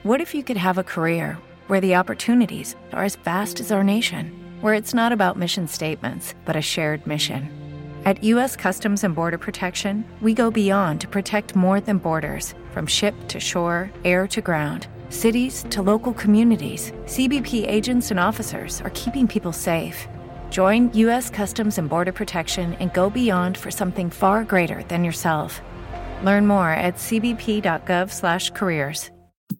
What if you could have a career where the opportunities are as vast as our nation, where it's not about mission statements, but a shared mission? At U.S. Customs and Border Protection, we go beyond to protect more than borders. From ship to shore, air to ground, cities to local communities, CBP agents and officers are keeping people safe. Join U.S. Customs and Border Protection and go beyond for something far greater than yourself. Learn more at cbp.gov/careers.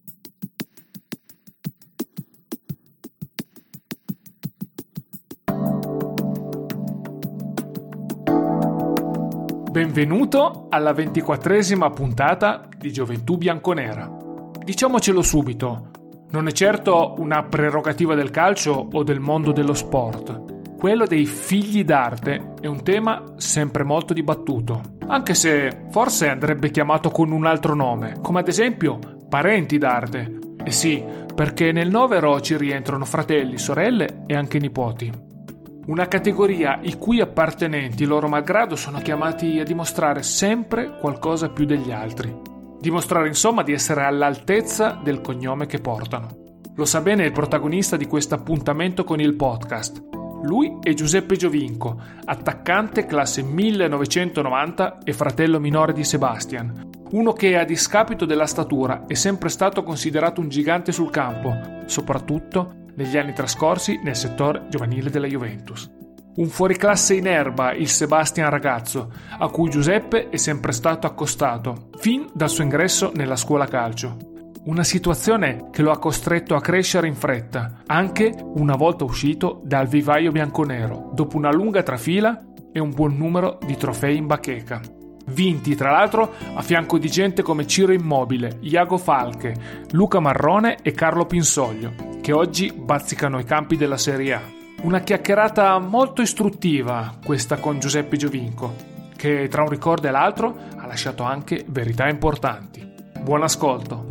Benvenuto alla 24esima puntata di Gioventù Bianconera. Diciamocelo subito, non è certo una prerogativa del calcio o del mondo dello sport. Quello dei figli d'arte è un tema sempre molto dibattuto, anche se forse andrebbe chiamato con un altro nome, come ad esempio parenti d'arte. E sì, perché nel novero ci rientrano fratelli, sorelle e anche nipoti. Una categoria i cui appartenenti, loro malgrado, sono chiamati a dimostrare sempre qualcosa più degli altri. Dimostrare insomma di essere all'altezza del cognome che portano. Lo sa bene il protagonista di questo appuntamento con il podcast. Lui è Giuseppe Giovinco, attaccante classe 1990 e fratello minore di Sebastian. Uno che a discapito della statura è sempre stato considerato un gigante sul campo, soprattutto negli anni trascorsi nel settore giovanile della Juventus. Un fuoriclasse in erba, il Sebastian ragazzo, a cui Giuseppe è sempre stato accostato, fin dal suo ingresso nella scuola calcio. Una situazione che lo ha costretto a crescere in fretta, anche una volta uscito dal vivaio bianconero, dopo una lunga trafila e un buon numero di trofei in bacheca. Vinti tra l'altro a fianco di gente come Ciro Immobile, Iago Falche, Luca Marrone e Carlo Pinsoglio, che oggi bazzicano i campi della Serie A. Una chiacchierata molto istruttiva questa con Giuseppe Giovinco, che tra un ricordo e l'altro ha lasciato anche verità importanti. Buon ascolto.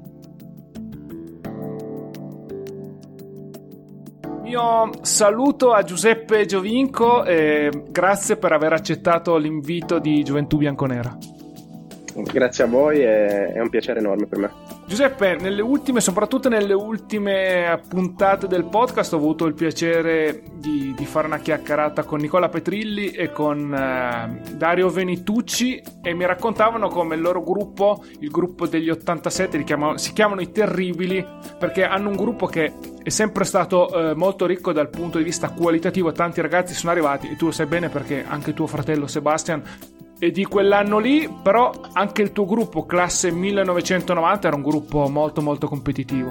Mio saluto a Giuseppe Giovinco e grazie per aver accettato l'invito di Gioventù Bianconera. Grazie a voi, è un piacere enorme per me. Giuseppe, soprattutto nelle ultime puntate del podcast ho avuto il piacere di fare una chiacchierata con Nicola Petrilli e con Dario Venitucci e mi raccontavano come il loro gruppo, il gruppo degli 87, si chiamano i Terribili perché hanno un gruppo che è sempre stato molto ricco dal punto di vista qualitativo. Tanti ragazzi sono arrivati e tu lo sai bene perché anche tuo fratello Sebastian e di quell'anno lì, però anche il tuo gruppo classe 1990 era un gruppo molto molto competitivo.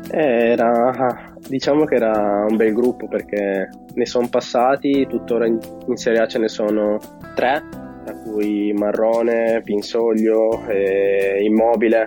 Diciamo che era un bel gruppo perché ne sono passati, tuttora in Serie A ce ne sono 3, tra cui Marrone, Pinsoglio, Immobile,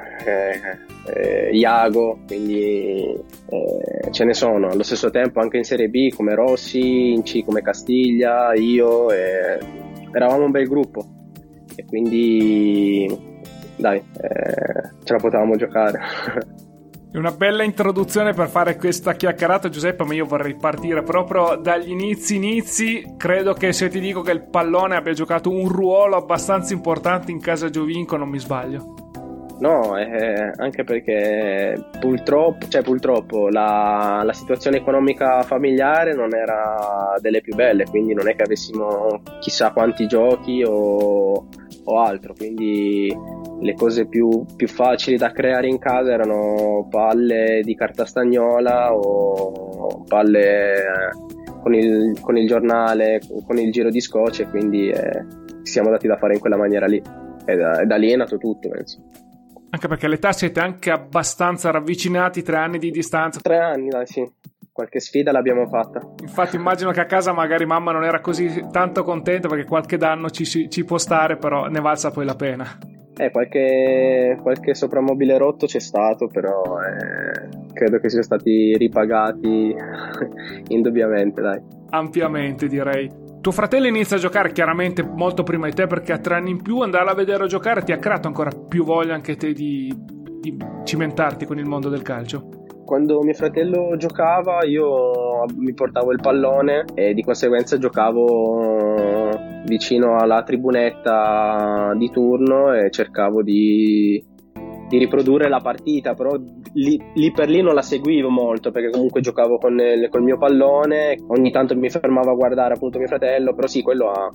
Iago, quindi ce ne sono. Allo stesso tempo anche in Serie B come Rossi, in C come Castiglia, io, eravamo un bel gruppo. E quindi ce la potevamo giocare. È una bella introduzione per fare questa chiacchierata, Giuseppe, ma io vorrei partire proprio dagli inizi. Credo che se ti dico che il pallone abbia giocato un ruolo abbastanza importante in casa Giovinco, non mi sbaglio. No, anche perché purtroppo la situazione economica familiare non era delle più belle, quindi non è che avessimo chissà quanti giochi o altro, quindi le cose più facili da creare in casa erano palle di carta stagnola o palle con il giornale, con il giro di scotch, e quindi ci siamo dati da fare in quella maniera lì e da lì è nato tutto, penso. Anche perché all'età siete anche abbastanza ravvicinati, 3 anni di distanza. 3 anni, dai, sì. Qualche sfida l'abbiamo fatta. Infatti immagino che a casa magari mamma non era così tanto contenta perché qualche danno ci può stare, però ne valsa poi la pena. Qualche soprammobile rotto c'è stato, però credo che siano stati ripagati indubbiamente, dai. Ampiamente, direi. Tuo fratello inizia a giocare chiaramente molto prima di te perché ha 3 anni in più. Andarlo a vedere giocare ti ha creato ancora più voglia anche te di cimentarti con il mondo del calcio? Quando mio fratello giocava io mi portavo il pallone e di conseguenza giocavo vicino alla tribunetta di turno e cercavo di riprodurre la partita, però lì per lì non la seguivo molto, perché comunque giocavo col mio pallone, ogni tanto mi fermavo a guardare appunto mio fratello, però sì, quello ha,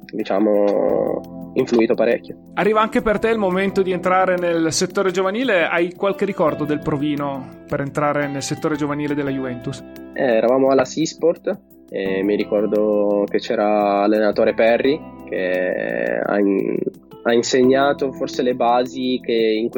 diciamo, influito parecchio. Arriva anche per te il momento di entrare nel settore giovanile. Hai qualche ricordo del provino per entrare nel settore giovanile della Juventus? Eravamo alla Seasport e mi ricordo che c'era l'allenatore Perry che ha insegnato forse le basi che in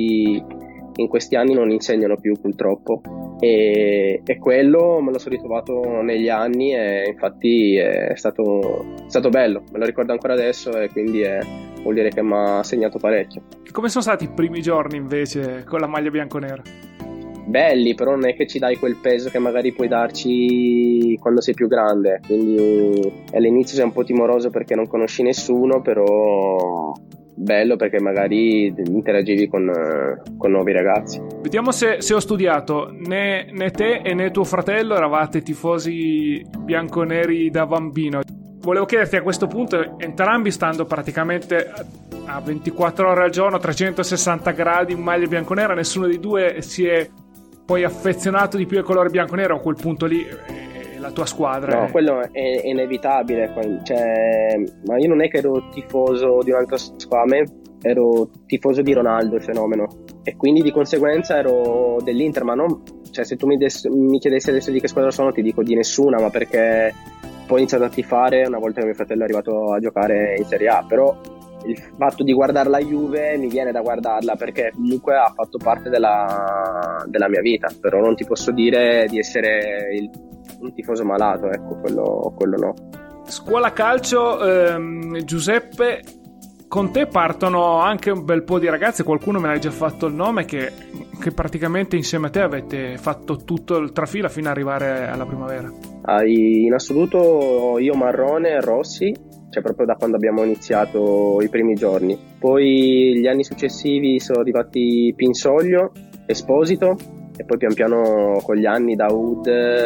questi anni non insegnano più, purtroppo, e quello me lo sono ritrovato negli anni, e infatti è stato bello, me lo ricordo ancora adesso, e quindi vuol dire che mi ha segnato parecchio. Come sono stati i primi giorni invece con la maglia bianconera? Belli, però non è che ci dai quel peso che magari puoi darci quando sei più grande, quindi all'inizio sei un po' timoroso perché non conosci nessuno, però bello perché magari interagivi con nuovi ragazzi. Vediamo se ho studiato. Né te né tuo fratello eravate tifosi bianconeri da bambino. Volevo chiederti a questo punto, entrambi stando praticamente a 24 ore al giorno, 360 gradi in maglia bianconera, nessuno dei due si è poi affezionato di più al colore bianconero? A quel punto lì la tua squadra? No, quello è inevitabile, cioè, ma io non è che ero tifoso di un'altra squadra, a me ero tifoso di Ronaldo, il fenomeno, e quindi di conseguenza ero dell'Inter, ma non, cioè, se tu mi chiedessi adesso di che squadra sono, ti dico di nessuna, ma perché poi ho iniziato a tifare una volta che mio fratello è arrivato a giocare in Serie A. Però il fatto di guardare la Juve mi viene da guardarla perché comunque ha fatto parte della mia vita, però non ti posso dire di essere un tifoso malato, ecco, quello no. Scuola calcio, Giuseppe, con te partono anche un bel po' di ragazzi, qualcuno me l'hai già fatto il nome, che praticamente insieme a te avete fatto tutto il trafila fino ad arrivare alla primavera. In assoluto io, Marrone e Rossi, cioè proprio da quando abbiamo iniziato i primi giorni. Poi gli anni successivi sono arrivati Pinsoglio, Esposito, e poi pian piano con gli anni Daoud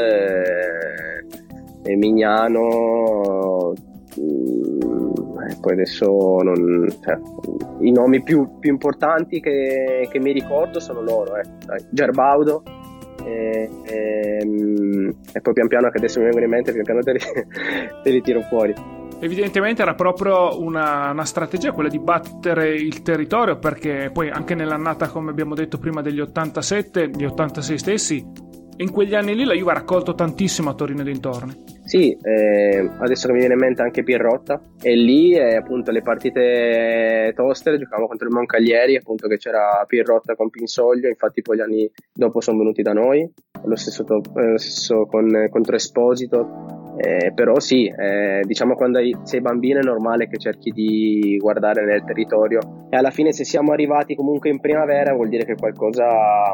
e Mignano, e poi adesso i nomi più importanti che mi ricordo sono loro, Gerbaudo, e poi pian piano, che adesso mi vengono in mente, pian piano te li tiro fuori. Evidentemente era proprio una strategia quella di battere il territorio, perché poi anche nell'annata, come abbiamo detto prima, degli 87, gli 86 stessi, in quegli anni lì la Juve ha raccolto tantissimo a Torino e dintorni. Sì, adesso che mi viene in mente anche Pierrotta, e lì appunto le partite toste giocavamo contro il Moncaglieri, appunto, che c'era Pierrotta con Pinsoglio, infatti poi gli anni dopo sono venuti da noi, lo stesso contro Esposito. Però sì, diciamo, quando sei bambino è normale che cerchi di guardare nel territorio, e alla fine se siamo arrivati comunque in primavera vuol dire che qualcosa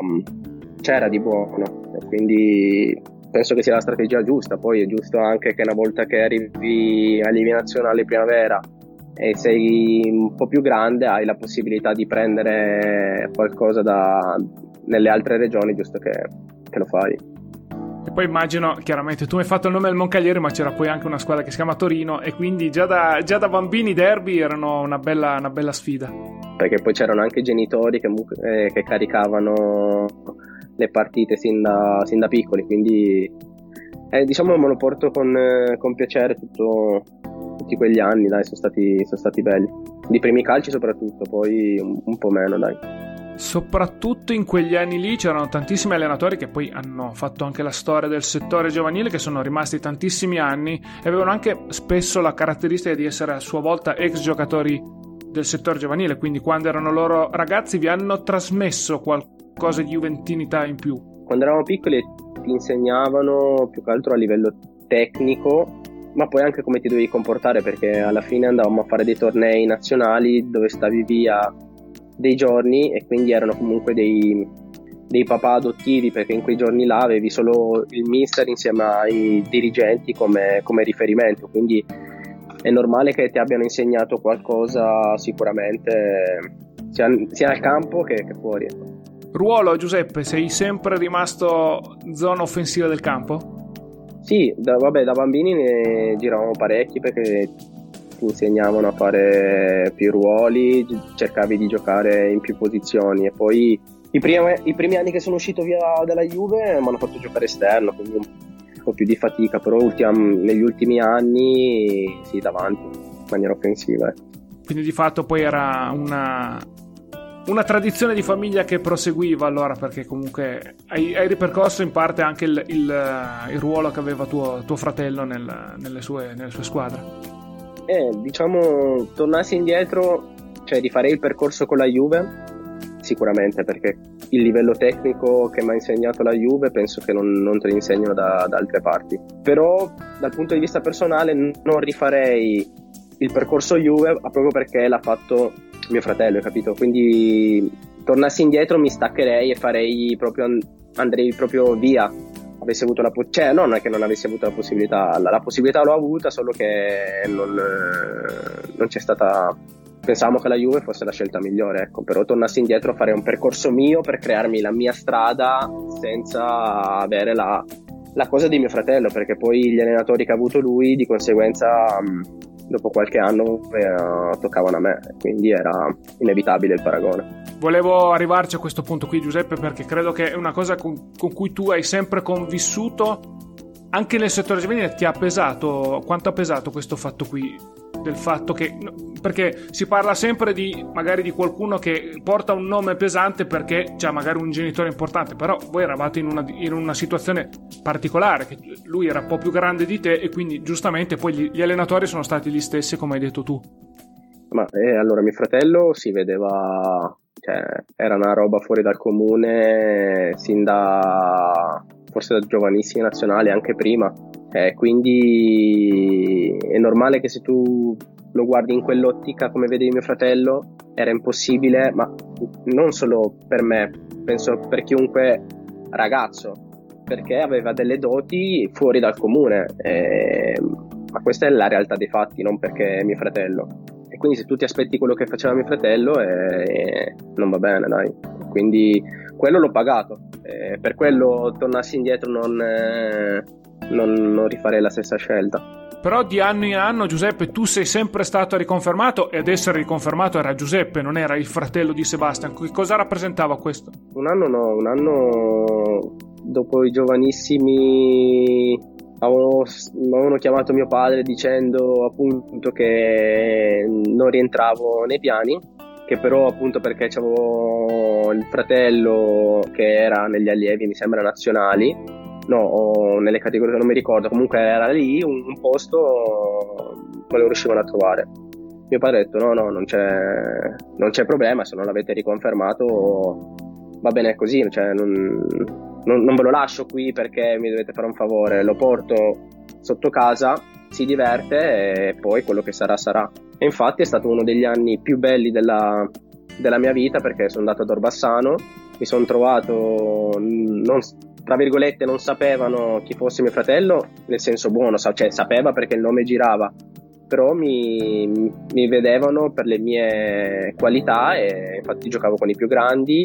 c'era di buono, e quindi penso che sia la strategia giusta. Poi è giusto anche che una volta che arrivi all'eliminazione nazionale primavera e sei un po' più grande, hai la possibilità di prendere qualcosa nelle altre regioni, giusto che lo fai. E poi immagino, chiaramente tu mi hai fatto il nome del Moncaglieri, ma c'era poi anche una squadra che si chiama Torino, e quindi già da bambini i derby erano una bella sfida, perché poi c'erano anche i genitori che caricavano le partite sin da piccoli, quindi diciamo me lo porto con piacere tutti quegli anni, dai, sono stati belli, di primi calci soprattutto, poi un po' meno, dai. Soprattutto in quegli anni lì c'erano tantissimi allenatori che poi hanno fatto anche la storia del settore giovanile, che sono rimasti tantissimi anni e avevano anche spesso la caratteristica di essere a sua volta ex giocatori del settore giovanile, quindi quando erano loro ragazzi vi hanno trasmesso qualcosa di juventinità in più. Quando eravamo piccoli ti insegnavano più che altro a livello tecnico, ma poi anche come ti dovevi comportare, perché alla fine andavamo a fare dei tornei nazionali dove stavi via dei giorni, e quindi erano comunque dei papà adottivi, perché in quei giorni là avevi solo il mister insieme ai dirigenti come riferimento, quindi è normale che ti abbiano insegnato qualcosa sicuramente, sia al campo che fuori. Ruolo, Giuseppe, sei sempre rimasto zona offensiva del campo? Sì, da bambini ne giravamo parecchi, perché ti insegnavano a fare più ruoli, cercavi di giocare in più posizioni, e poi i primi anni che sono uscito via dalla Juve mi hanno fatto giocare esterno, quindi un po' più di fatica, però negli ultimi anni sì, davanti, in maniera offensiva. Quindi di fatto poi era una tradizione di famiglia che proseguiva allora, perché comunque hai ripercorso in parte anche il ruolo che aveva tuo fratello nelle sue squadre. Diciamo, tornassi indietro, cioè rifarei il percorso con la Juve sicuramente, perché il livello tecnico che mi ha insegnato la Juve penso che non te lo insegnano da altre parti, però dal punto di vista personale non rifarei il percorso Juve proprio perché l'ha fatto mio fratello, hai capito? Quindi tornassi indietro mi staccherei e andrei proprio via. Avessi avuto cioè non è che non avessi avuto la possibilità, la possibilità l'ho avuta, solo che non c'è stata. Pensavamo che la Juve fosse la scelta migliore, ecco, però tornassi indietro farei un percorso mio per crearmi la mia strada senza avere la cosa di mio fratello, perché poi gli allenatori che ha avuto lui di conseguenza dopo qualche anno toccavano a me, quindi era inevitabile il paragone. Volevo arrivarci a questo punto qui, Giuseppe, perché credo che è una cosa con cui tu hai sempre convissuto anche nel settore giovanile. Ti ha pesato? Quanto ha pesato questo fatto qui? Del fatto che, perché si parla sempre magari di qualcuno che porta un nome pesante perché c'ha magari un genitore importante, però voi eravate in una situazione particolare, che lui era un po' più grande di te e quindi giustamente poi gli allenatori sono stati gli stessi, come hai detto tu. Ma allora mio fratello si vedeva, cioè era una roba fuori dal comune sin forse da giovanissime nazionali, anche prima. Quindi è normale che se tu lo guardi in quell'ottica come vedevi mio fratello era impossibile, ma non solo per me, penso per chiunque ragazzo, perché aveva delle doti fuori dal comune, ma questa è la realtà dei fatti, non perché è mio fratello. E quindi se tu ti aspetti quello che faceva mio fratello non va bene, dai. Quindi quello l'ho pagato, per quello tornassi indietro non rifarei la stessa scelta. Però di anno in anno, Giuseppe, tu sei sempre stato riconfermato, ed essere riconfermato era Giuseppe, non era il fratello di Sebastian. Che cosa rappresentava questo? Un anno dopo i giovanissimi avevano chiamato mio padre dicendo appunto che non rientravo nei piani, che però appunto perché c'avevo il fratello che era negli allievi, mi sembra nazionali, o nelle categorie, non mi ricordo, comunque era lì un posto, ma lo riuscivano a trovare. Mio padre ha detto no, non c'è problema, se non l'avete riconfermato va bene così, cioè non ve lo lascio qui perché mi dovete fare un favore, lo porto sotto casa, si diverte e poi quello che sarà sarà. E infatti è stato uno degli anni più belli della mia vita, perché sono andato ad Orbassano, mi sono trovato, tra virgolette non sapevano chi fosse mio fratello, nel senso buono, cioè sapeva perché il nome girava, però mi vedevano per le mie qualità e infatti giocavo con i più grandi.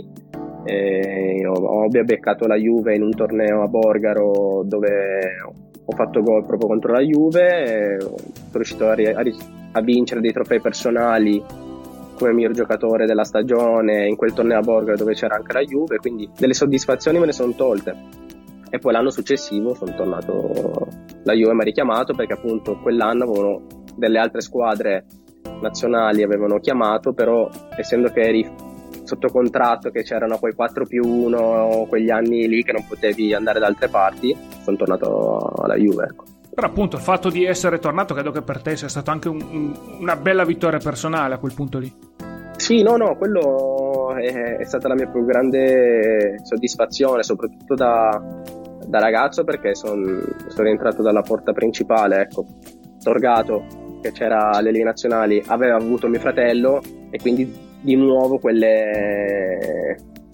Ho beccato la Juve in un torneo a Borgaro dove ho fatto gol proprio contro la Juve, sono riuscito a vincere dei trofei personali come miglior giocatore della stagione in quel torneo a Borgaro dove c'era anche la Juve, quindi delle soddisfazioni me ne sono tolte. E poi l'anno successivo sono tornato, la Juve mi ha richiamato perché appunto quell'anno delle altre squadre nazionali avevano chiamato, però essendo che eri sotto contratto, che c'erano quei 4+1, quegli anni lì che non potevi andare da altre parti, sono tornato alla Juve, ecco. Però appunto il fatto di essere tornato credo che per te sia stato anche una bella vittoria personale a quel punto lì. Sì, no, quello è stata la mia più grande soddisfazione, soprattutto da ragazzo, perché sono rientrato dalla porta principale, ecco. Torgato, che c'era alle Leghe Nazionali, aveva avuto mio fratello e quindi di nuovo quelle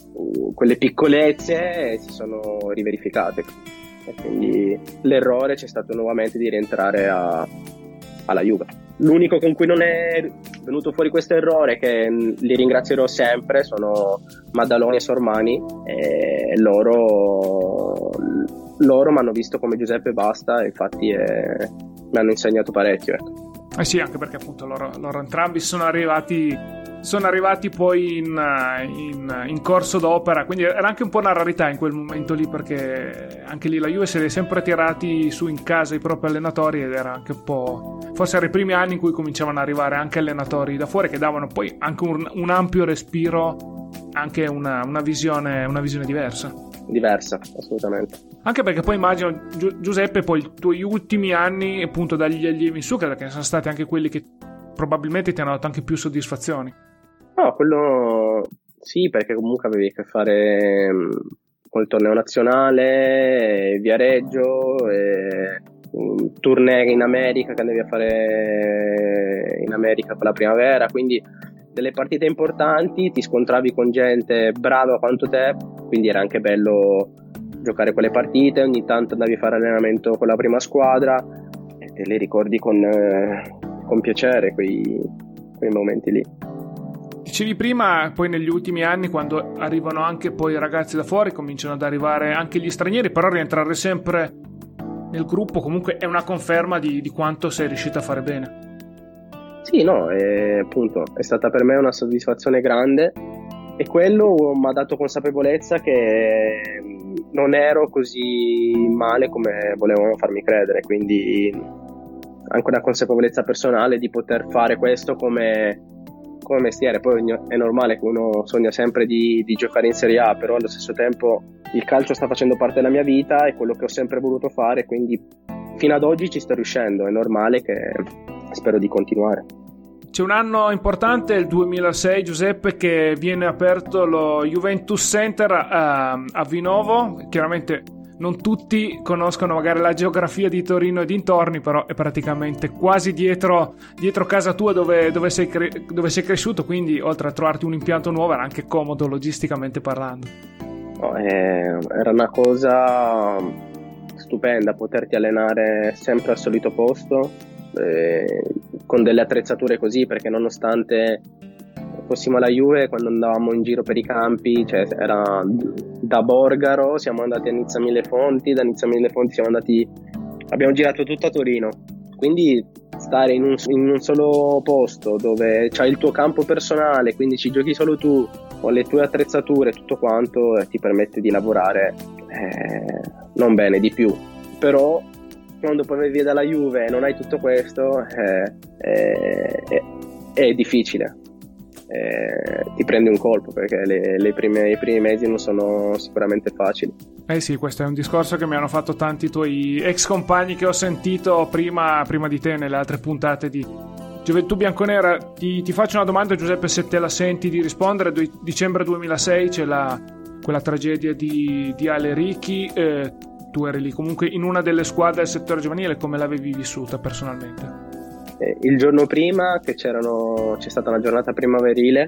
piccolezze si sono riverificate. E quindi l'errore c'è stato nuovamente di rientrare alla Juve. L'unico con cui non è venuto fuori questo errore, che li ringrazierò sempre, sono Maddaloni e Sormani, e loro mi hanno visto come Giuseppe basta, e infatti mi hanno insegnato parecchio, ecco. Eh sì, anche perché appunto loro entrambi sono arrivati poi in corso d'opera, quindi era anche un po' una rarità in quel momento lì, perché anche lì la Juve si è sempre tirati su in casa i propri allenatori, ed era anche un po', forse erano i primi anni in cui cominciavano ad arrivare anche allenatori da fuori che davano poi anche un ampio respiro, anche una visione diversa, assolutamente. anche perché poi immagino, Giuseppe, poi i tuoi ultimi anni appunto dagli allievi in su, credo che sono stati anche quelli che probabilmente ti hanno dato anche più soddisfazioni. No, quello sì, perché comunque avevi a che fare col torneo nazionale, Viareggio, tournée in America che andavi a fare in America per la primavera, quindi delle partite importanti, ti scontravi con gente brava quanto te, quindi era anche bello giocare quelle partite. Ogni tanto andavi a fare allenamento con la prima squadra e te li ricordi con piacere quei momenti lì. Dicevi prima, poi negli ultimi anni, quando arrivano anche poi i ragazzi da fuori, cominciano ad arrivare anche gli stranieri, però rientrare sempre nel gruppo comunque è una conferma di quanto sei riuscito a fare bene. Sì, no, appunto è stata per me una soddisfazione grande, e quello mi ha dato consapevolezza che non ero così male come volevano farmi credere, quindi anche una consapevolezza personale di poter fare questo come mestiere. Poi è normale che uno sogna sempre di giocare in Serie A, però allo stesso tempo il calcio sta facendo parte della mia vita, è quello che ho sempre voluto fare, quindi fino ad oggi ci sto riuscendo, è normale che spero di continuare. C'è un anno importante, il 2006, Giuseppe, che viene aperto lo Juventus Center a Vinovo. Chiaramente non tutti conoscono magari la geografia di Torino e dintorni, però è praticamente quasi dietro casa tua dove sei cresciuto, quindi oltre a trovarti un impianto nuovo era anche comodo logisticamente parlando. No, era una cosa stupenda poterti allenare sempre al solito posto, con delle attrezzature così, perché nonostante fossimo alla Juve, quando andavamo in giro per i campi, cioè era da Borgaro siamo andati a Nizza Millefonti, da Nizza Millefonti abbiamo girato tutta Torino, quindi stare in un solo posto dove c'hai il tuo campo personale, quindi ci giochi solo tu con le tue attrezzature, tutto quanto, ti permette di lavorare non bene, di più. Però quando poi vai via dalla Juve e non hai tutto questo, è difficile. Ti prendi un colpo, perché i primi mesi non sono sicuramente facili. Sì, questo è un discorso che mi hanno fatto tanti tuoi ex compagni che ho sentito prima di te nelle altre puntate di Gioventù Bianconera. Ti faccio una domanda, Giuseppe, se te la senti di rispondere. Dicembre 2006 c'è quella tragedia di Ale Ricchi, tu eri lì comunque in una delle squadre del settore giovanile, come l'avevi vissuta personalmente? Il giorno prima che c'è stata una giornata primaverile,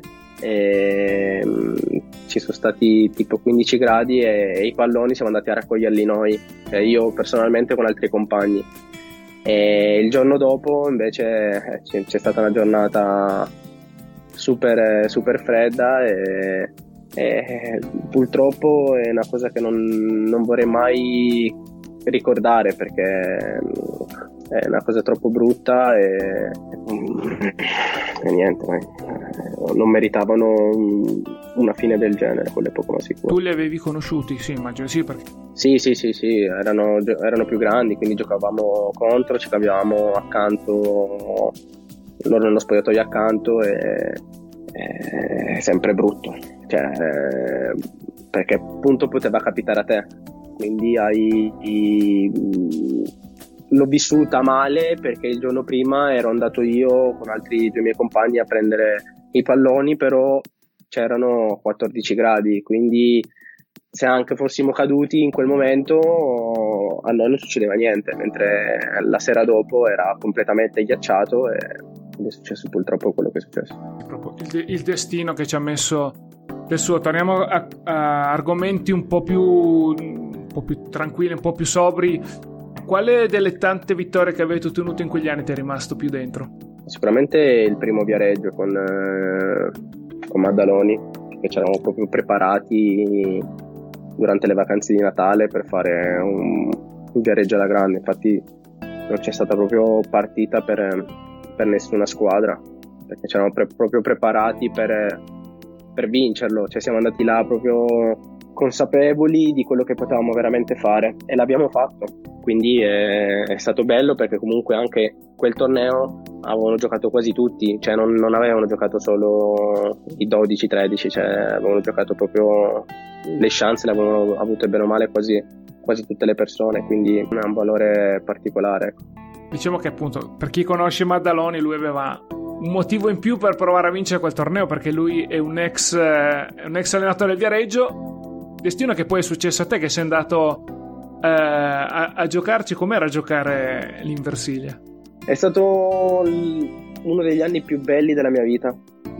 ci sono stati tipo 15 gradi e i palloni siamo andati a raccoglierli noi, cioè io personalmente con altri compagni, e il giorno dopo invece c'è stata una giornata super, super fredda e purtroppo è una cosa che non vorrei mai ricordare, perché è una cosa troppo brutta e niente, non meritavano una fine del genere, quello è poco ma sicuro. Tu li avevi conosciuti? Sì, immagino sì, perché... Sì, erano più grandi, quindi giocavamo contro, ci cambiavamo accanto, loro nello spogliatoio accanto, e è sempre brutto, cioè, perché appunto poteva capitare a te, quindi l'ho vissuta male, perché il giorno prima ero andato io con altri due miei compagni a prendere i palloni, però c'erano 14 gradi, quindi se anche fossimo caduti in quel momento a noi non succedeva niente, mentre la sera dopo era completamente ghiacciato e è successo purtroppo quello che è successo. Proprio il destino che ci ha messo del suo. Torniamo a argomenti un po' più tranquilli, un po' più sobri. Quale delle tante vittorie che avete ottenuto in quegli anni ti è rimasto più dentro? Sicuramente il primo Viareggio con Maddaloni, che ci eravamo proprio preparati durante le vacanze di Natale per fare un Viareggio alla grande. Infatti non c'è stata proprio partita per per nessuna squadra, perché ci eravamo proprio preparati per vincerlo, cioè siamo andati là proprio consapevoli di quello che potevamo veramente fare e l'abbiamo fatto, quindi è stato bello, perché comunque anche quel torneo avevano giocato quasi tutti, cioè non avevano giocato solo i 12-13, cioè avevano giocato proprio, le chance le avevano avute bene o male quasi tutte le persone, quindi ha un valore particolare. Diciamo che appunto per chi conosce Maddaloni, lui aveva un motivo in più per provare a vincere quel torneo, perché lui è un ex allenatore del Viareggio, destino che poi è successo a te, che sei andato a giocarci. Com'era giocare lì in Versilia? È stato uno degli anni più belli della mia vita,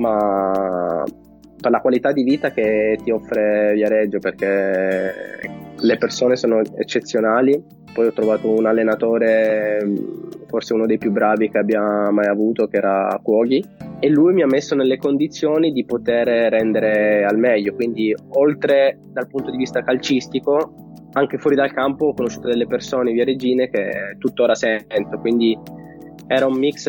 ma per la qualità di vita che ti offre Viareggio, perché le persone sono eccezionali. Poi ho trovato un allenatore, forse uno dei più bravi che abbia mai avuto, che era Cuoghi, e lui mi ha messo nelle condizioni di poter rendere al meglio, quindi oltre dal punto di vista calcistico, anche fuori dal campo ho conosciuto delle persone viareggine che tuttora sento, quindi era un mix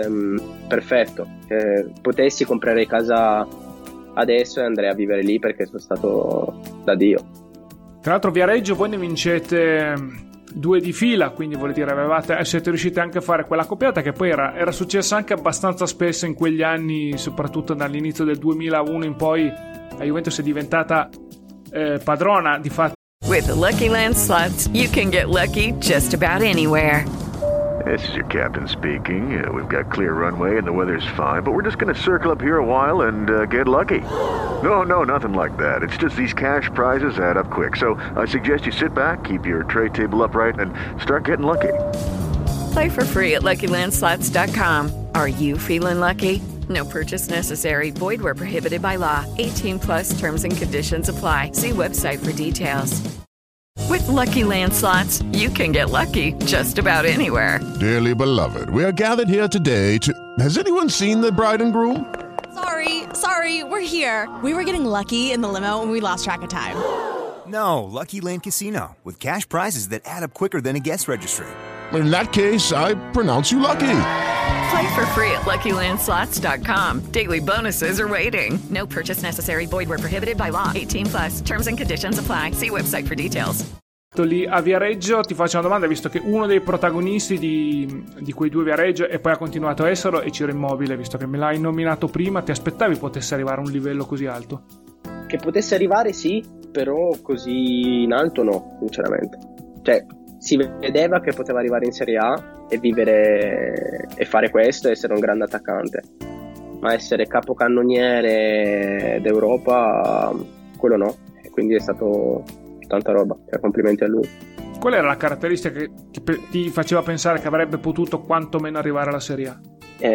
perfetto. Potessi comprare casa adesso e andrei a vivere lì, perché sono stato da Dio. Tra l'altro Viareggio voi ne vincete 2 di fila, quindi vuol dire siete riusciti anche a fare quella coppiata che poi era successa anche abbastanza spesso in quegli anni, soprattutto dall'inizio del 2001 in poi la Juventus è diventata padrona di fatto. With the Lucky Land Slots, you can get lucky just about anywhere. This is your captain speaking. We've got clear runway and the weather's fine, but we're just going to circle up here a while and get lucky. No, nothing like that. It's just these cash prizes add up quick. So I suggest you sit back, keep your tray table upright, and start getting lucky. Play for free at LuckyLandSlots.com. Are you feeling lucky? No purchase necessary. Void where prohibited by law. 18 plus terms and conditions apply. See website for details. With Lucky Land Slots, you can get lucky just about anywhere. Dearly beloved, we are gathered here today to... Has anyone seen the bride and groom? Sorry, we're here. We were getting lucky in the limo and we lost track of time. No, Lucky Land Casino, with cash prizes that add up quicker than a guest registry. In that case, I pronounce you lucky. Play for free at LuckyLandSlots.com. Daily bonuses are waiting. No purchase necessary. Void where prohibited by law. 18 plus. Terms and conditions apply. See website for details. Lì a Viareggio ti faccio una domanda, visto che uno dei protagonisti di quei 2 Viareggio e poi ha continuato a esserlo è Ciro Immobile, visto che me l'hai nominato prima, ti aspettavi potesse arrivare a un livello così alto? Che potesse arrivare sì, però così in alto no, sinceramente. Cioè si vedeva che poteva arrivare in Serie A e vivere e fare questo e essere un grande attaccante, ma essere capocannoniere d'Europa quello no, e quindi è stato tanta roba, cioè complimenti a lui. Qual era la caratteristica che ti faceva pensare che avrebbe potuto quantomeno arrivare alla Serie A?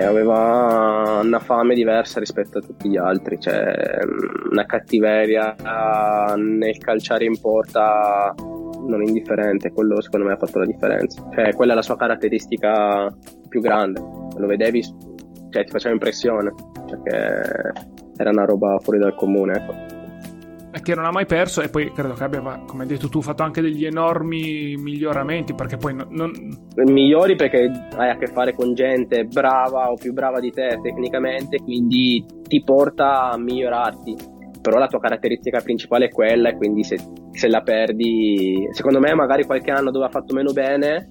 Aveva una fame diversa rispetto a tutti gli altri, cioè una cattiveria nel calciare in porta non indifferente. Quello secondo me ha fatto la differenza, cioè quella è la sua caratteristica più grande, lo vedevi, cioè ti faceva impressione, perché era una roba fuori dal comune, ecco. Che non ha mai perso, e poi credo che abbia, come hai detto tu, fatto anche degli enormi miglioramenti, perché poi migliori, perché hai a che fare con gente brava o più brava di te tecnicamente, quindi ti porta a migliorarti, però la tua caratteristica principale è quella, e quindi se la perdi, secondo me magari qualche anno dove ha fatto meno bene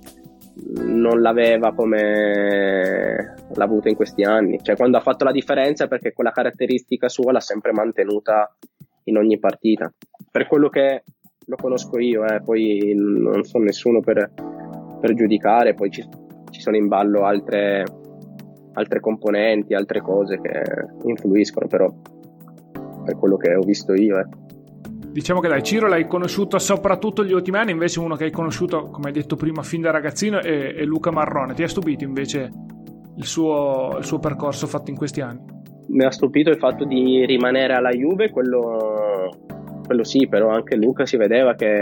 non l'aveva come l'ha avuto in questi anni, cioè quando ha fatto la differenza, perché quella caratteristica sua l'ha sempre mantenuta in ogni partita, per quello che lo conosco io, poi non sono nessuno per giudicare, poi ci sono in ballo altre componenti, altre cose che influiscono, però per quello che ho visto io. Diciamo che dai, Ciro l'hai conosciuto soprattutto negli ultimi anni, invece uno che hai conosciuto, come hai detto prima, fin da ragazzino è Luca Marrone. Ti ha stupito invece il suo percorso fatto in questi anni? Mi ha stupito il fatto di rimanere alla Juve, quello sì, però anche Luca si vedeva che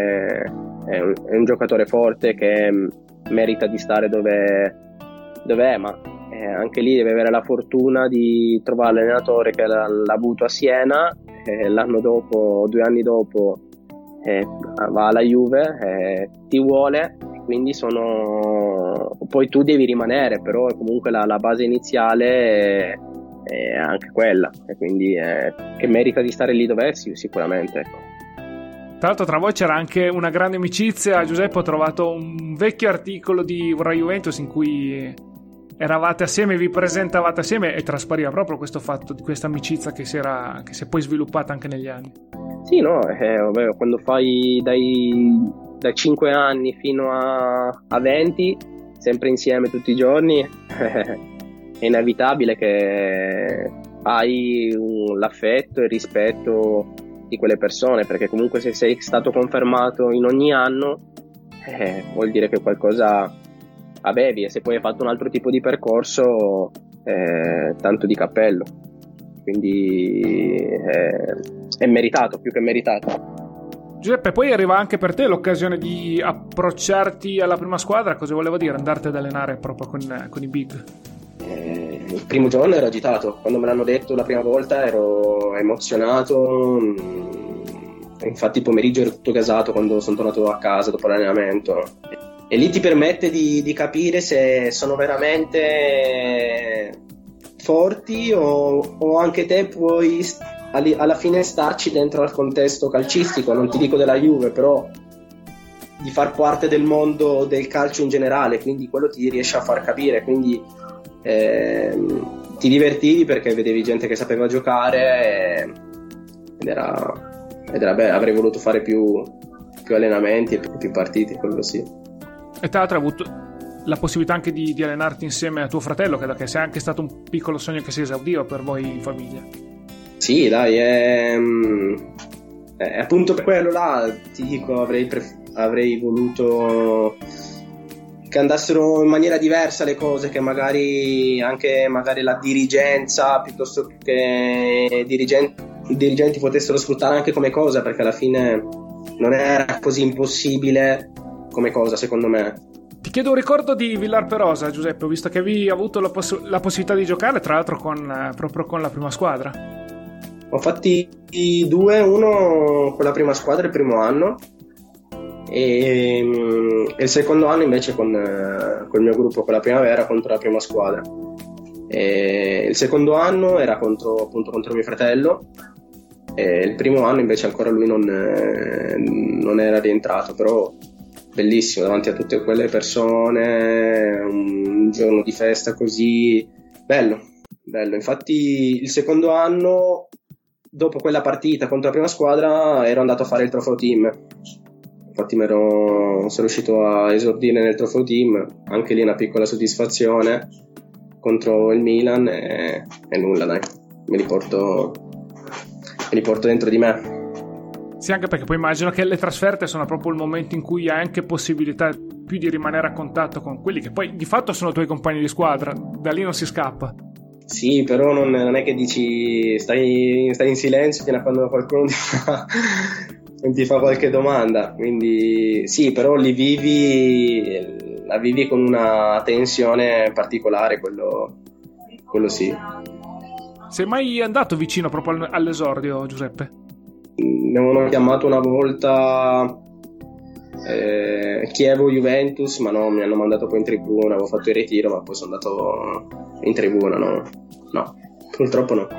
è un giocatore forte, che merita di stare dove è, ma anche lì deve avere la fortuna di trovare l'allenatore che l'ha avuto a Siena, l'anno dopo, 2 anni dopo va alla Juve, ti vuole, quindi poi tu devi rimanere, però comunque la base iniziale è anche quella, e quindi che merita di stare lì dove è, sicuramente, ecco. Tra l'altro tra voi c'era anche una grande amicizia. Giuseppe, ho trovato un vecchio articolo di Rai Juventus in cui eravate assieme, vi presentavate assieme, e traspariva proprio questo fatto di questa amicizia che si è poi sviluppata anche negli anni. Sì, no, vabbè, quando fai dai 5 anni fino a 20 sempre insieme tutti i giorni è inevitabile che hai l'affetto e il rispetto di quelle persone, perché comunque se sei stato confermato in ogni anno vuol dire che qualcosa avevi, e se poi hai fatto un altro tipo di percorso tanto di cappello, quindi è meritato, più che meritato. Giuseppe, poi arriva anche per te l'occasione di approcciarti alla prima squadra. Cosa volevo dire andarti ad allenare proprio con i big? Il primo giorno ero agitato, quando me l'hanno detto la prima volta ero emozionato, infatti il pomeriggio ero tutto gasato quando sono tornato a casa dopo l'allenamento, e lì ti permette di capire se sono veramente forti o anche te puoi alla fine starci dentro al contesto calcistico, non ti dico della Juve, però di far parte del mondo del calcio in generale, quindi quello ti riesce a far capire, quindi ti divertivi perché vedevi gente che sapeva giocare ed era bello. Avrei voluto fare più allenamenti e più partite, quello sì. E tra l'altro hai avuto la possibilità anche di allenarti insieme a tuo fratello, credo che sia anche stato un piccolo sogno che si esaudiva per voi in famiglia. Sì, dai, è appunto per quello là, ti dico, avrei voluto che andassero in maniera diversa le cose, che magari la dirigenza piuttosto che i dirigenti potessero sfruttare anche come cosa, perché alla fine non era così impossibile come cosa, secondo me. Ti chiedo un ricordo di Villar Perosa, Giuseppe. Ho visto che avevi avuto la possibilità di giocare, tra l'altro proprio con la prima squadra. Ho fatti 2, uno con la prima squadra il primo anno e il secondo anno invece con il mio gruppo, con la primavera, contro la prima squadra. E il secondo anno era contro mio fratello, e il primo anno invece ancora lui non era rientrato, però bellissimo davanti a tutte quelle persone, un giorno di festa così bello. Infatti il secondo anno, dopo quella partita contro la prima squadra, ero andato a fare il trofeo team. Infatti sono riuscito a esordire nel trofeo team, anche lì una piccola soddisfazione contro il Milan, e nulla, dai, me li porto dentro di me. Sì, anche perché poi immagino che le trasferte sono proprio il momento in cui hai anche possibilità più di rimanere a contatto con quelli che poi di fatto sono i tuoi compagni di squadra, da lì non si scappa. Sì, però non è che dici stai in silenzio fino a quando qualcuno ti fa qualche domanda, quindi sì, però la vivi con una tensione particolare, quello sì. Sei mai andato vicino proprio all'esordio, Giuseppe? Mi avevano chiamato una volta Chievo-Juventus, ma no, mi hanno mandato poi in tribuna, avevo fatto il ritiro, ma poi sono andato in tribuna, no, purtroppo no.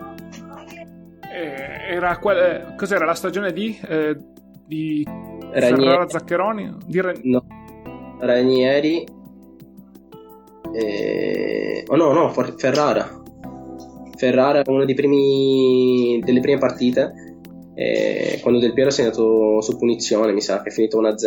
Cos'era la stagione di Ferrara, Zaccheroni? No, Ranieri Ferrara è una delle prime partite, quando Del Piero si è andato su punizione, mi sa che è finito 1-0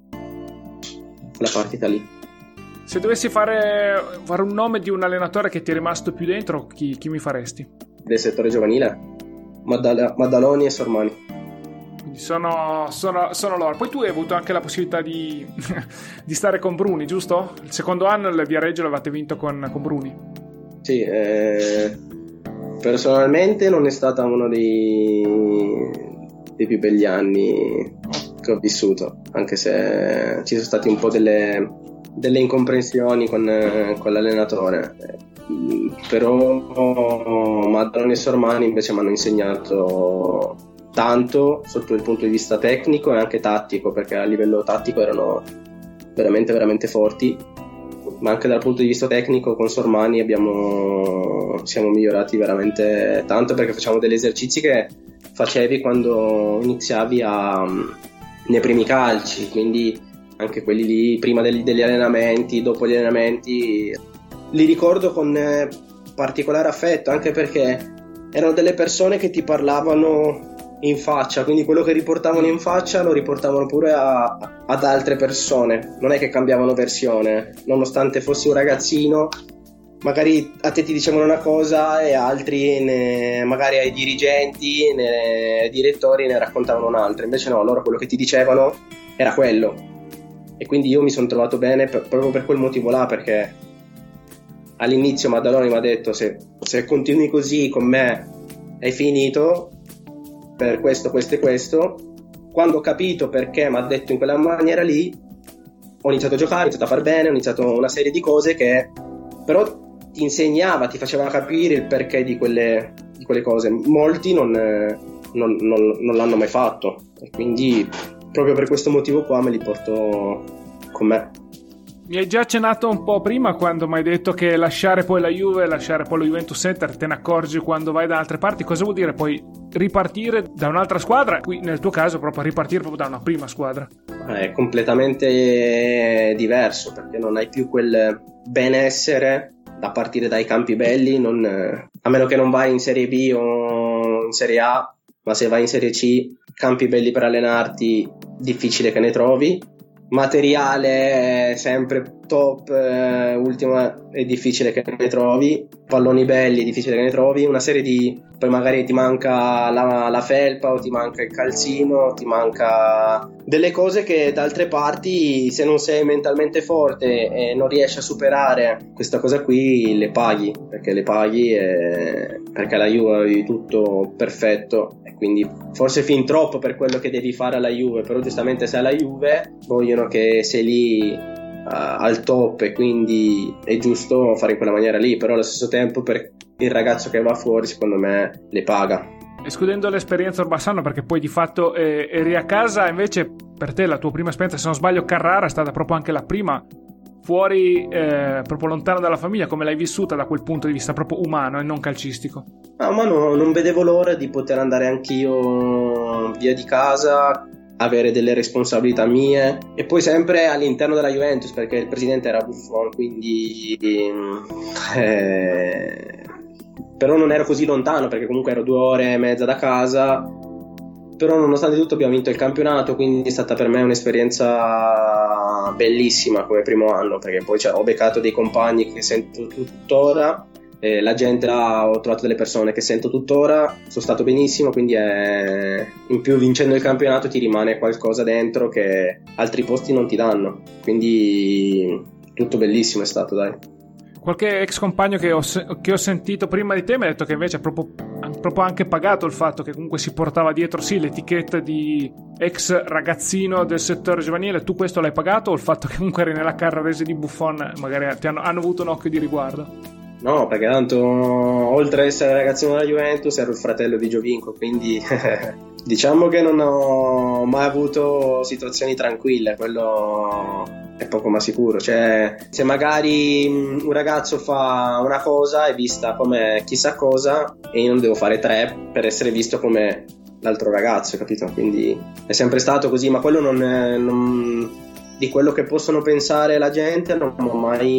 la partita lì. Se dovessi fare un nome di un allenatore che ti è rimasto più dentro, chi mi faresti? Del settore giovanile? Maddaloni e Sormani. Quindi sono loro. Poi tu hai avuto anche la possibilità di stare con Bruni, giusto? Il secondo anno il Viareggio l'avete vinto con Bruni. Sì, personalmente non è stata uno dei più belli anni che ho vissuto, anche se ci sono stati un po' delle incomprensioni con l'allenatore, però Maddaloni e Sormani invece mi hanno insegnato tanto sotto il punto di vista tecnico e anche tattico, perché a livello tattico erano veramente veramente forti, ma anche dal punto di vista tecnico con Sormani siamo migliorati veramente tanto, perché facciamo degli esercizi che facevi quando iniziavi nei primi calci, quindi anche quelli lì prima degli allenamenti, dopo gli allenamenti, li ricordo con particolare affetto, anche perché erano delle persone che ti parlavano in faccia, quindi quello che riportavano in faccia lo riportavano pure ad altre persone, non è che cambiavano versione, nonostante fossi un ragazzino, magari a te ti dicevano una cosa e altri magari ai dirigenti, ai direttori ne raccontavano un'altra, invece no, loro quello che ti dicevano era quello, e quindi io mi sono trovato bene proprio per quel motivo là, perché all'inizio Maddaloni mi ha detto se continui così con me è finito, per questo, questo e questo. Quando ho capito perché mi ha detto in quella maniera lì, ho iniziato a giocare, ho iniziato a far bene, ho iniziato una serie di cose che però ti insegnava, ti faceva capire il perché di quelle cose. Molti non l'hanno mai fatto, e quindi proprio per questo motivo qua me li porto con me. Mi hai già accennato un po' prima quando mi hai detto che lasciare poi la Juve, lasciare poi lo Juventus Center, te ne accorgi quando vai da altre parti. Cosa vuol dire poi ripartire da un'altra squadra? Qui nel tuo caso proprio ripartire proprio da una prima squadra. È completamente diverso, perché non hai più quel benessere da partire dai campi belli, a meno che non vai in Serie B o in Serie A, ma se vai in Serie C, campi belli per allenarti, difficile che ne trovi. Materiale sempre top, ultima, è difficile che ne trovi, palloni belli, difficile che ne trovi, una serie di, poi magari ti manca la felpa, o ti manca il calzino, ti manca delle cose che da altre parti, se non sei mentalmente forte e non riesci a superare questa cosa qui, le paghi, perché la Juve avevi tutto perfetto, e quindi forse fin troppo per quello che devi fare alla Juve, però giustamente se alla Juve vogliono che sei lì al top, e quindi è giusto fare in quella maniera lì, però allo stesso tempo per il ragazzo che va fuori secondo me le paga. Escludendo l'esperienza Orbassano, perché poi di fatto eri a casa, invece per te la tua prima esperienza, se non sbaglio Carrara, è stata proprio anche la prima fuori, proprio lontano dalla famiglia. Come l'hai vissuta da quel punto di vista proprio umano e non calcistico? Ma non vedevo l'ora di poter andare anch'io via di casa, avere delle responsabilità mie, e poi sempre all'interno della Juventus, perché il presidente era Buffon, quindi però non ero così lontano, perché comunque ero 2 ore e mezza da casa. Però nonostante tutto abbiamo vinto il campionato, quindi è stata per me un'esperienza bellissima come primo anno, perché poi ho beccato dei compagni che sento tuttora, la gente là, ho trovato delle persone che sento tuttora, sono stato benissimo, quindi in più vincendo il campionato ti rimane qualcosa dentro che altri posti non ti danno, quindi tutto bellissimo è stato, dai. Qualche ex compagno che ho sentito prima di te mi ha detto che invece ha proprio anche pagato il fatto che comunque si portava dietro sì l'etichetta di ex ragazzino del settore giovanile. Tu questo l'hai pagato, o il fatto che comunque eri nella carrarese di Buffon magari hanno avuto un occhio di riguardo? No, perché tanto oltre ad essere ragazzino della Juventus ero il fratello di Giovinco, quindi diciamo che non ho mai avuto situazioni tranquille, quello è poco ma sicuro. Cioè, se magari un ragazzo fa una cosa è vista come chissà cosa, e io non devo fare 3 per essere visto come l'altro ragazzo, capito? Quindi è sempre stato così, ma quello non di quello che possono pensare la gente non mi ho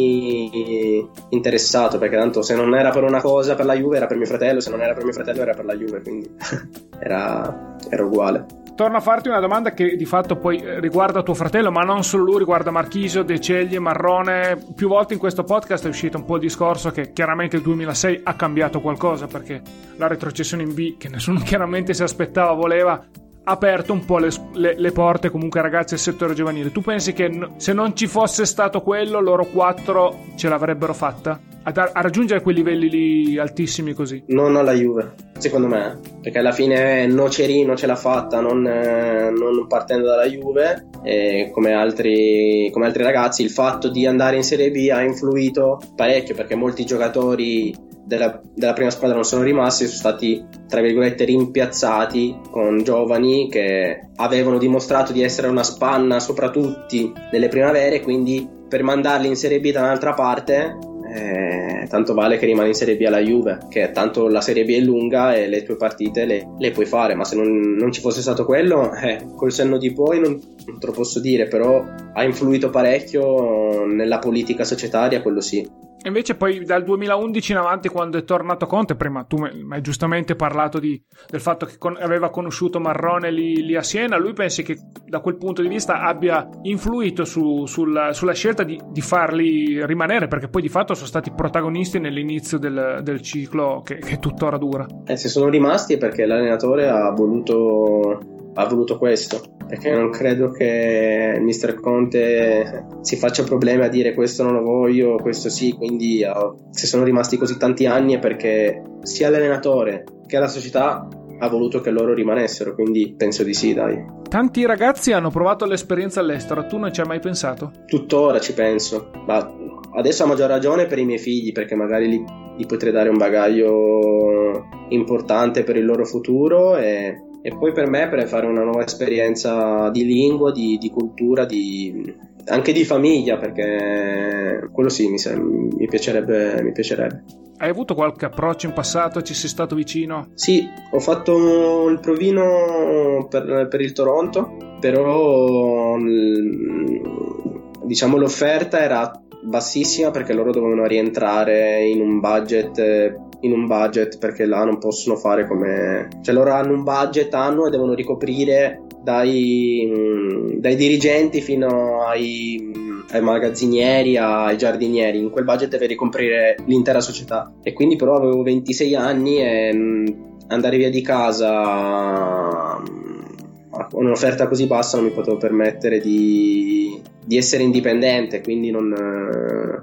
mai interessato, perché tanto se non era per una cosa per la Juve era per mio fratello, se non era per mio fratello era per la Juve, quindi era uguale. Torno a farti una domanda che di fatto poi riguarda tuo fratello, ma non solo lui, riguarda Marchisio, De Ceglie, Marrone. Più volte in questo podcast è uscito un po' il discorso che chiaramente il 2006 ha cambiato qualcosa, perché la retrocessione in B, che nessuno chiaramente si aspettava, voleva, ha aperto un po' le porte comunque ai ragazzi del settore giovanile. Tu pensi che se non ci fosse stato quello, loro 4 ce l'avrebbero fatta a raggiungere quei livelli lì altissimi così? Non alla Juve, secondo me, perché alla fine Nocerino ce l'ha fatta non partendo dalla Juve, e come altri ragazzi il fatto di andare in Serie B ha influito parecchio, perché molti giocatori della prima squadra non sono rimasti, sono stati tra virgolette rimpiazzati con giovani che avevano dimostrato di essere una spanna sopra tutti nelle primavere, quindi per mandarli in Serie B da un'altra parte tanto vale che rimani in Serie B alla Juve, che tanto la Serie B è lunga e le tue partite le puoi fare, ma se non ci fosse stato quello, col senno di poi non te lo posso dire, però ha influito parecchio nella politica societaria, quello sì. E invece poi dal 2011 in avanti, quando è tornato Conte, prima tu mi hai giustamente parlato del fatto che aveva conosciuto Marrone lì a Siena, lui pensi che da quel punto di vista abbia influito sulla scelta di farli rimanere, perché poi di fatto sono stati protagonisti nell'inizio del ciclo che tuttora dura? Se sono rimasti è perché l'allenatore ha voluto questo, perché non credo che il mister Conte si faccia problemi a dire questo non lo voglio, questo sì, quindi se sono rimasti così tanti anni è perché sia l'allenatore che la società ha voluto che loro rimanessero, quindi penso di sì, dai. Tanti ragazzi hanno provato l'esperienza all'estero, tu non ci hai mai pensato? Tuttora ci penso, ma adesso a maggior ragione per i miei figli, perché magari gli potrei dare un bagaglio importante per il loro futuro e poi per me per fare una nuova esperienza di lingua, di cultura, anche di famiglia, perché quello sì mi piacerebbe. Hai avuto qualche approccio in passato? Ci sei stato vicino? Sì, ho fatto il provino per il Toronto, però diciamo l'offerta era bassissima perché loro dovevano rientrare in un budget perché là non possono fare cioè loro hanno un budget annuo e devono ricoprire dai dirigenti fino ai magazzinieri, ai giardinieri. In quel budget deve ricoprire l'intera società, e quindi però avevo 26 anni e andare via di casa con un'offerta così bassa non mi potevo permettere di essere indipendente, quindi non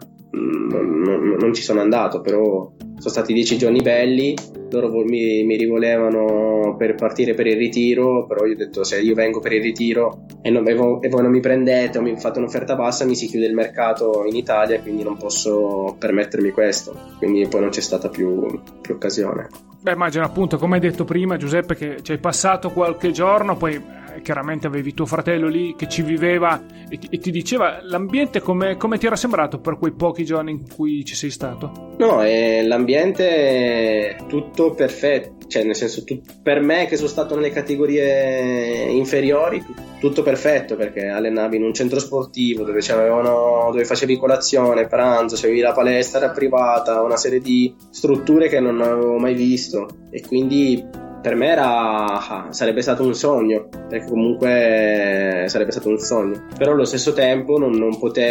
ci sono andato. Però sono stati 10 giorni belli, loro mi rivolevano per partire per il ritiro, però io ho detto se io vengo per il ritiro e voi non mi prendete o mi fate un'offerta bassa mi si chiude il mercato in Italia, quindi non posso permettermi questo, quindi poi non c'è stata più occasione. Beh, immagino appunto, come hai detto prima Giuseppe, che ci hai passato qualche giorno, poi chiaramente avevi tuo fratello lì che ci viveva e ti diceva l'ambiente come ti era sembrato per quei pochi giorni in cui ci sei stato? No, l'ambiente è tutto perfetto, cioè nel senso per me che sono stato nelle categorie inferiori tutto perfetto, perché allenavi in un centro sportivo dove facevi colazione, pranzo, c'avevi la palestra privata, una serie di strutture che non avevo mai visto, e quindi per me sarebbe stato un sogno, perché comunque sarebbe stato un sogno, però allo stesso tempo non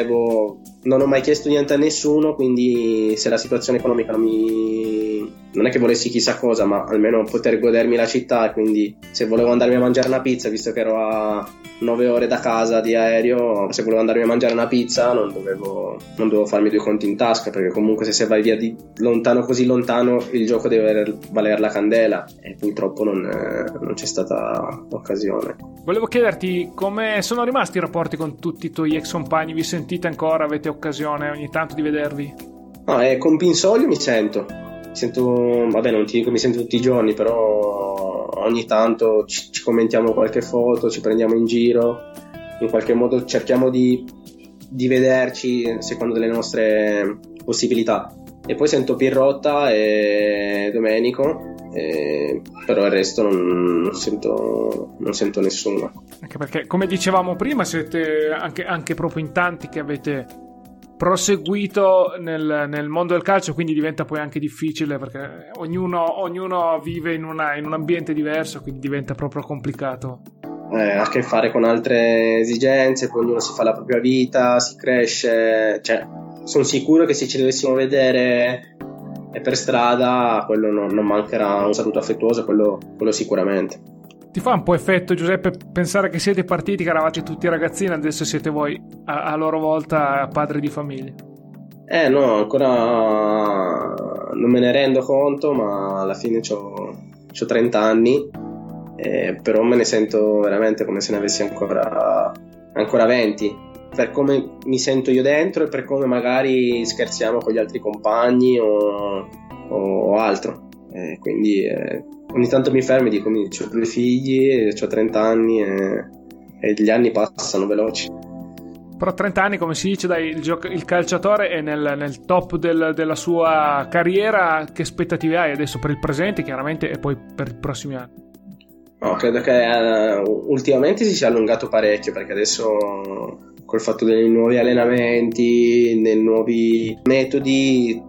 ho mai chiesto niente a nessuno, quindi se la situazione economica non è che volessi chissà cosa, ma almeno poter godermi la città, quindi se volevo andarmi a mangiare una pizza, visto che ero a 9 ore da casa di aereo, se volevo andarmi a mangiare una pizza non dovevo farmi due conti in tasca, perché comunque se vai via di lontano, così lontano, il gioco deve valere la candela, e purtroppo non c'è stata occasione. Volevo chiederti come sono rimasti i rapporti con tutti i tuoi ex compagni, vi sentite ancora, avete occasione ogni tanto di vedervi? No, con Pinsoglio mi sento, vabbè, non ti dico mi sento tutti i giorni, però ogni tanto ci commentiamo qualche foto, ci prendiamo in giro, in qualche modo cerchiamo di vederci secondo le nostre possibilità. E poi sento Pirrotta e Domenico, però il resto non sento nessuno. Anche perché, come dicevamo prima, siete anche proprio in tanti che avete proseguito nel mondo del calcio, quindi diventa poi anche difficile, perché ognuno vive in un ambiente diverso, quindi diventa proprio complicato. Ha a che fare con altre esigenze, poi ognuno si fa la propria vita, si cresce, cioè sono sicuro che se ci dovessimo vedere per strada quello non mancherà un saluto affettuoso, quello sicuramente. Ti fa un po' effetto, Giuseppe, pensare che siete partiti, che eravate tutti ragazzini, adesso siete voi a loro volta padri di famiglia? No, ancora non me ne rendo conto, ma alla fine c'ho 30 anni, però me ne sento veramente come se ne avessi ancora 20, per come mi sento io dentro e per come magari scherziamo con gli altri compagni o o altro. Quindi ogni tanto mi fermo e dico: ho 2 figli, ho 30 anni e gli anni passano veloci. Però 30 anni, come si dice, dai, il calciatore è nel top della sua carriera. Che aspettative hai adesso per il presente, chiaramente, e poi per i prossimi anni? No, credo che ultimamente si sia allungato parecchio, perché adesso col fatto dei nuovi allenamenti, dei nuovi metodi,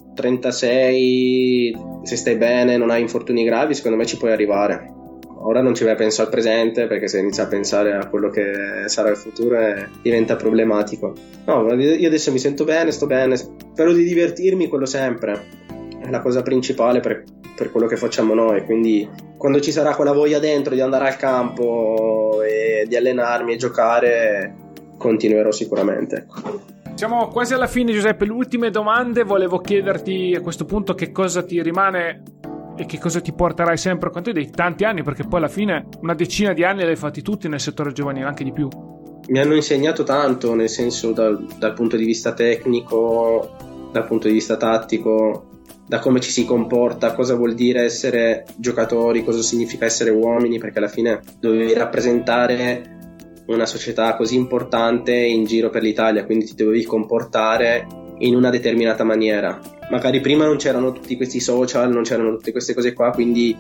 36, se stai bene, non hai infortuni gravi, secondo me ci puoi arrivare. Ora non ci vai a pensare al presente, perché se inizi a pensare a quello che sarà il futuro diventa problematico. No, io adesso mi sento bene, sto bene, spero di divertirmi, quello sempre. È la cosa principale per quello che facciamo noi, quindi quando ci sarà quella voglia dentro di andare al campo e di allenarmi e giocare, continuerò sicuramente. Siamo quasi alla fine, Giuseppe. Le ultime domande, volevo chiederti a questo punto che cosa ti rimane e che cosa ti porterai sempre con te dei tanti anni, perché poi alla fine una decina di anni li hai fatti tutti nel settore giovanile, anche di più. Mi hanno insegnato tanto, nel senso dal punto di vista tecnico, dal punto di vista tattico, da come ci si comporta, cosa vuol dire essere giocatori, cosa significa essere uomini, perché alla fine dovevi rappresentare una società così importante in giro per l'Italia, quindi ti dovevi comportare in una determinata maniera. Magari prima non c'erano tutti questi social, non c'erano tutte queste cose qua, quindi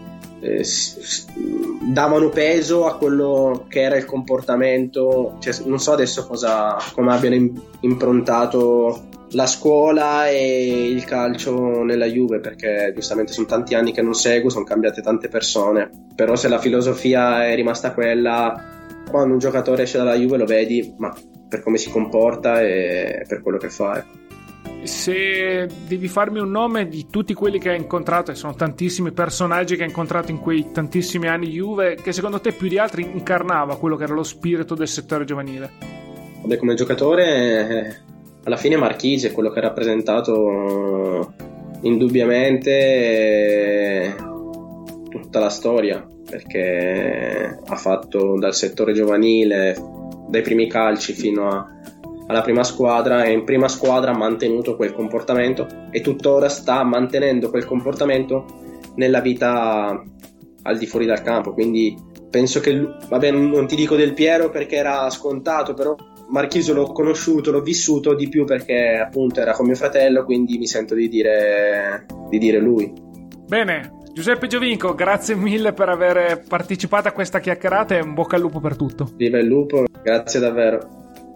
davano peso a quello che era il comportamento. Cioè, non so adesso come abbiano improntato la scuola e il calcio nella Juve, perché giustamente sono tanti anni che non seguo, sono cambiate tante persone, però se la filosofia è rimasta quella, quando un giocatore esce dalla Juve lo vedi, ma per come si comporta e per quello che fa. Se devi farmi un nome di tutti quelli che hai incontrato, e sono tantissimi personaggi che hai incontrato in quei tantissimi anni Juve, che secondo te più di altri incarnava quello che era lo spirito del settore giovanile? Vabbè, come giocatore alla fine Marchisi è quello che ha rappresentato indubbiamente tutta la storia, perché ha fatto dal settore giovanile, dai primi calci fino alla prima squadra, e in prima squadra ha mantenuto quel comportamento e tuttora sta mantenendo quel comportamento nella vita al di fuori dal campo. Quindi penso che, vabbè, non ti dico Del Piero perché era scontato, però Marchisio l'ho conosciuto, l'ho vissuto di più perché appunto era con mio fratello, quindi mi sento di dire lui. Bene, Giuseppe Giovinco, grazie mille per aver partecipato a questa chiacchierata e in bocca al lupo per tutto. Viva il lupo, grazie davvero.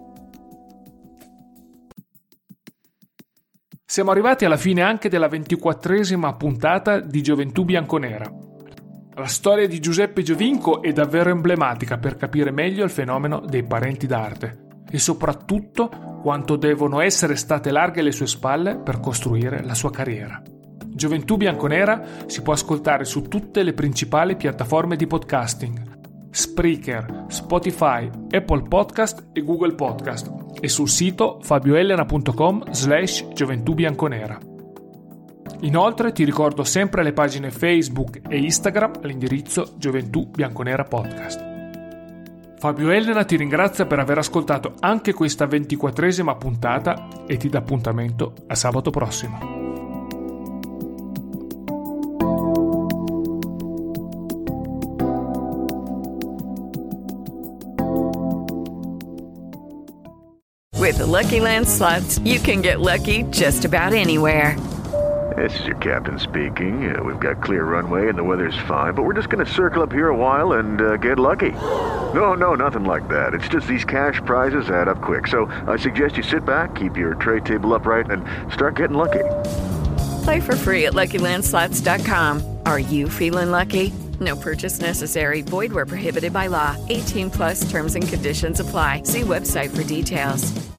Siamo arrivati alla fine anche della 24esima puntata di Gioventù Bianconera. La storia di Giuseppe Giovinco è davvero emblematica per capire meglio il fenomeno dei parenti d'arte e soprattutto quanto devono essere state larghe le sue spalle per costruire la sua carriera. Gioventù Bianconera si può ascoltare su tutte le principali piattaforme di podcasting: Spreaker, Spotify, Apple Podcast e Google Podcast, e sul sito fabioelena.com/Gioventù Bianconera. Inoltre ti ricordo sempre le pagine Facebook e Instagram all'indirizzo Gioventù Bianconera Podcast. Fabio Elena ti ringrazia per aver ascoltato anche questa 24esima puntata e ti dà appuntamento a sabato prossimo. With the Lucky Land Slots, you can get lucky just about anywhere. This is your captain speaking. We've got clear runway and the weather's fine, but we're just going to circle up here a while and get lucky. No, nothing like that. It's just these cash prizes add up quick. So I suggest you sit back, keep your tray table upright, and start getting lucky. Play for free at LuckyLandSlots.com. Are you feeling lucky? No purchase necessary. Void where prohibited by law. 18+ terms and conditions apply. See website for details.